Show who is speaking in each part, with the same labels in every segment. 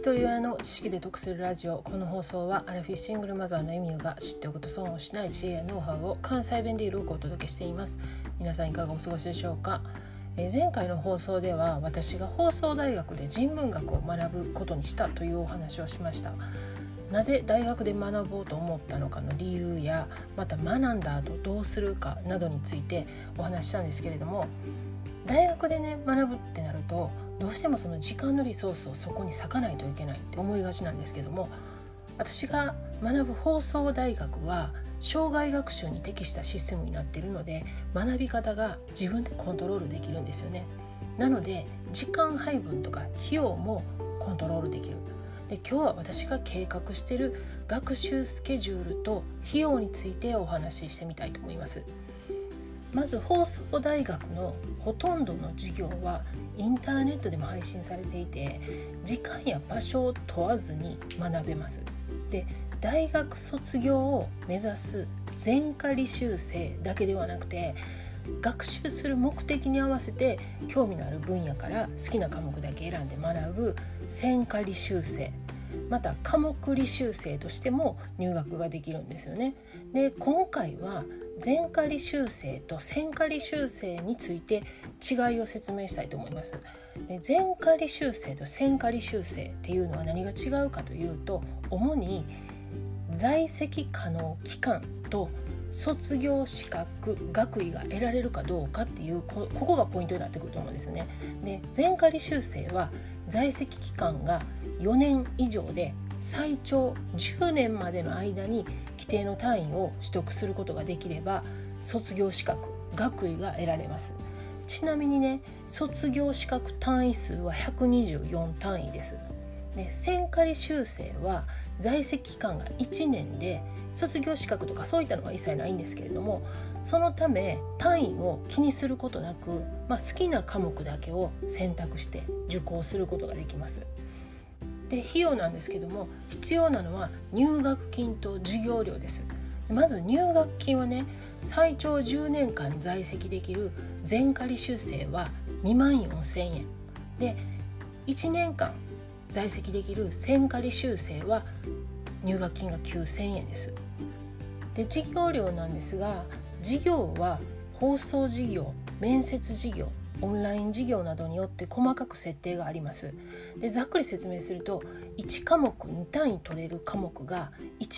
Speaker 1: 人親の知識で得するラジオ。この放送はアラフィフシングルマザーのエミューが知っておくと損をしない知恵やノウハウを関西弁でゆるくお届けしています。皆さんいかがお過ごしでしょうか。前回の放送では私が放送大学で人文学を学ぶことにしたというお話をしました。なぜ大学で学ぼうと思ったのかの理由や、また学んだ後どうするかなどについてお話ししたんですけれども、大学でね学ぶってなるとどうしてもその時間のリソースをそこに割かないといけないって思いがちなんですけども、私が学ぶ放送大学は生涯学習に適したシステムになっているので、学び方が自分でコントロールできるんですよね。なので時間配分とか費用もコントロールできる。で、今日は私が計画している学習スケジュールと費用についてお話ししてみたいと思います。まず放送大学のほとんどの授業はインターネットでも配信されていて、時間や場所を問わずに学べます。で、大学卒業を目指す全科履修生だけではなくて、学習する目的に合わせて興味のある分野から好きな科目だけ選んで学ぶ専科履修生、また科目履修生としても入学ができるんですよね。で、今回は全科履修生と専科履修生について違いを説明したいと思います。で、全科履修生と専科履修生っていうのは何が違うかというと、主に在籍可能期間と卒業資格学位が得られるかどうかっていう、ここがポイントになってくると思うんですよね。で、全科履修生は在籍期間が4年以上で最長10年までの間に規定の単位を取得することができれば卒業資格学位が得られます。ちなみにね、卒業資格単位数は124単位です。で、専科履修生は在籍期間が1年で卒業資格とかそういったのは一切ないんですけれども、そのため単位を気にすることなく、好きな科目だけを選択して受講することができます。で、費用なんですけども、必要なのは入学金と授業料です。まず入学金はね、最長10年間在籍できる全科履修生は24,000円で、1年間在籍できる専科履修生は入学金が9,000円です。で、授業料なんですが、授業は放送事業、面接事業、オンライン授業などによって細かく設定があります。で、ざっくり説明すると、1科目2単位取れる科目が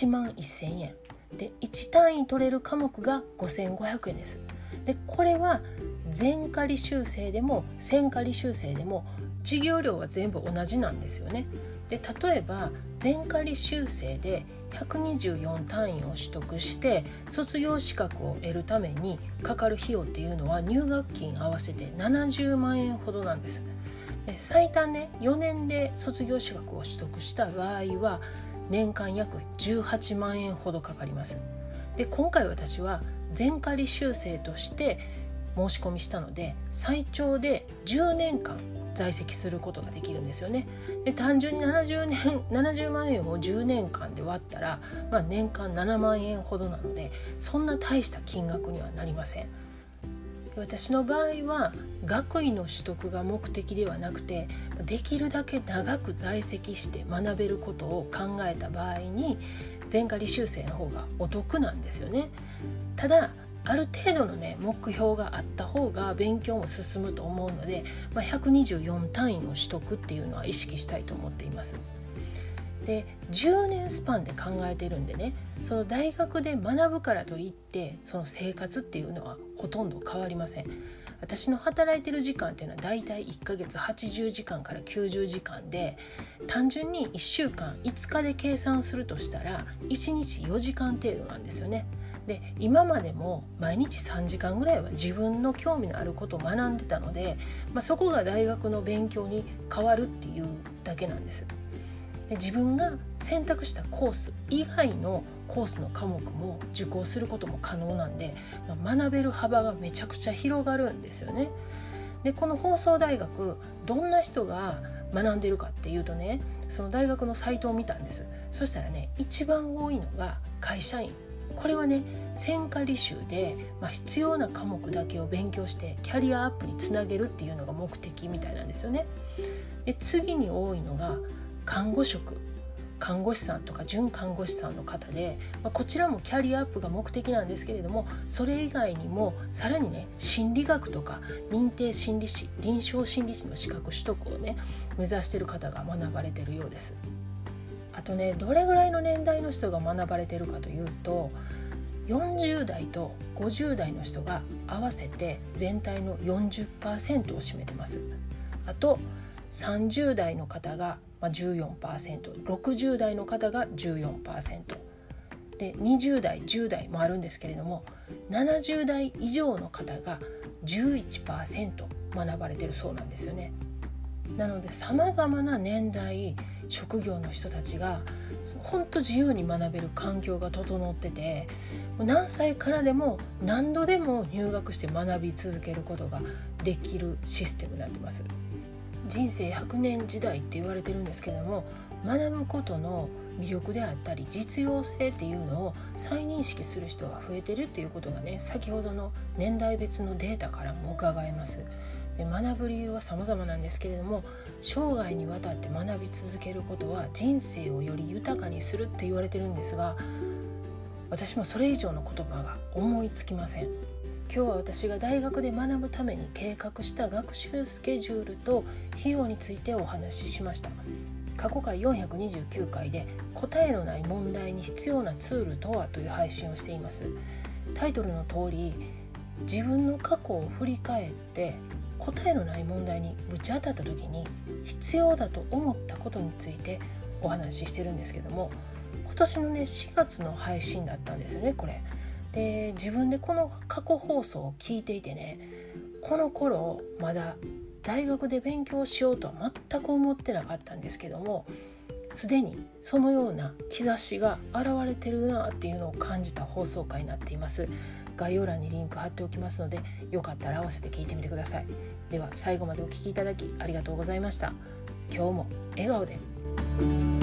Speaker 1: 11,000円で、1単位取れる科目が5,500円です。で、これは全科履修生でも専科履修生でも授業料は全部同じなんですよね。で、例えば全科履修生で124単位を取得して卒業資格を得るためにかかる費用っていうのは入学金合わせて70万円ほどなんです。で、最短ね4年で卒業資格を取得した場合は年間約18万円ほどかかります。で、今回私は全科履修生として申し込みしたので、最長で10年間在籍することができるんですよね。で、単純に70万円を10年間で割ったら、年間7万円ほどなので、そんな大した金額にはなりません。私の場合は学位の取得が目的ではなくて、できるだけ長く在籍して学べることを考えた場合に全科履修生の方がお得なんですよね。ただある程度のね目標があった方が勉強も進むと思うので、124単位の取得っていうのは意識したいと思っています。で、10年スパンで考えてるんでね、その大学で学ぶからといってその生活っていうのはほとんど変わりません。私の働いてる時間っていうのはだいたい1ヶ月80時間から90時間で、単純に1週間5日で計算するとしたら1日4時間程度なんですよね。で、今までも毎日3時間ぐらいは自分の興味のあることを学んでたので、そこが大学の勉強に変わるっていうだけなんです。で、自分が選択したコース以外のコースの科目も受講することも可能なんで、学べる幅がめちゃくちゃ広がるんですよね。で、この放送大学どんな人が学んでるかっていうとね、その大学のサイトを見たんです。そしたらね、一番多いのが会社員。これはね、専科履修で、必要な科目だけを勉強してキャリアアップにつなげるっていうのが目的みたいなんですよね。で、次に多いのが看護職、看護師さんとか準看護師さんの方で、こちらもキャリアアップが目的なんですけれども、それ以外にもさらにね、心理学とか認定心理師、臨床心理師の資格取得をね目指している方が学ばれているようです。あとね、どれぐらいの年代の人が学ばれているかというと、40代と50代の人が合わせて全体の 40% を占めてます。あと30代の方が 14%、60代の方が 14%で、20代10代もあるんですけれども、70代以上の方が 11% 学ばれているそうなんですよね。なのでさまざまな年代職業の人たちが本当自由に学べる環境が整ってて、何歳からでも何度でも入学して学び続けることができるシステムになってます。人生100年時代って言われてるんですけども、学ぶことの魅力であったり実用性っていうのを再認識する人が増えてるっていうことがね、先ほどの年代別のデータからも伺えます。で、学ぶ理由は様々なんですけれども、生涯にわたって学び続けることは人生をより豊かにするって言われてるんですが、私もそれ以上の言葉が思いつきません。今日は私が大学で学ぶために計画した学習スケジュールと費用についてお話ししました。過去回429回で答えのない問題に必要なツールとはという配信をしています。タイトルの通り、自分の過去を振り返って答えのない問題にぶち当たった時に必要だと思ったことについてお話ししてるんですけども、今年のね4月の配信だったんですよね、これで。自分でこの過去放送を聞いていてね、この頃まだ大学で勉強しようとは全く思ってなかったんですけども、すでにそのような兆しが現れてるなっていうのを感じた放送回になっています。概要欄にリンク貼っておきますので、よかったら合わせて聞いてみてください。では最後までお聞きいただきありがとうございました。今日も笑顔で。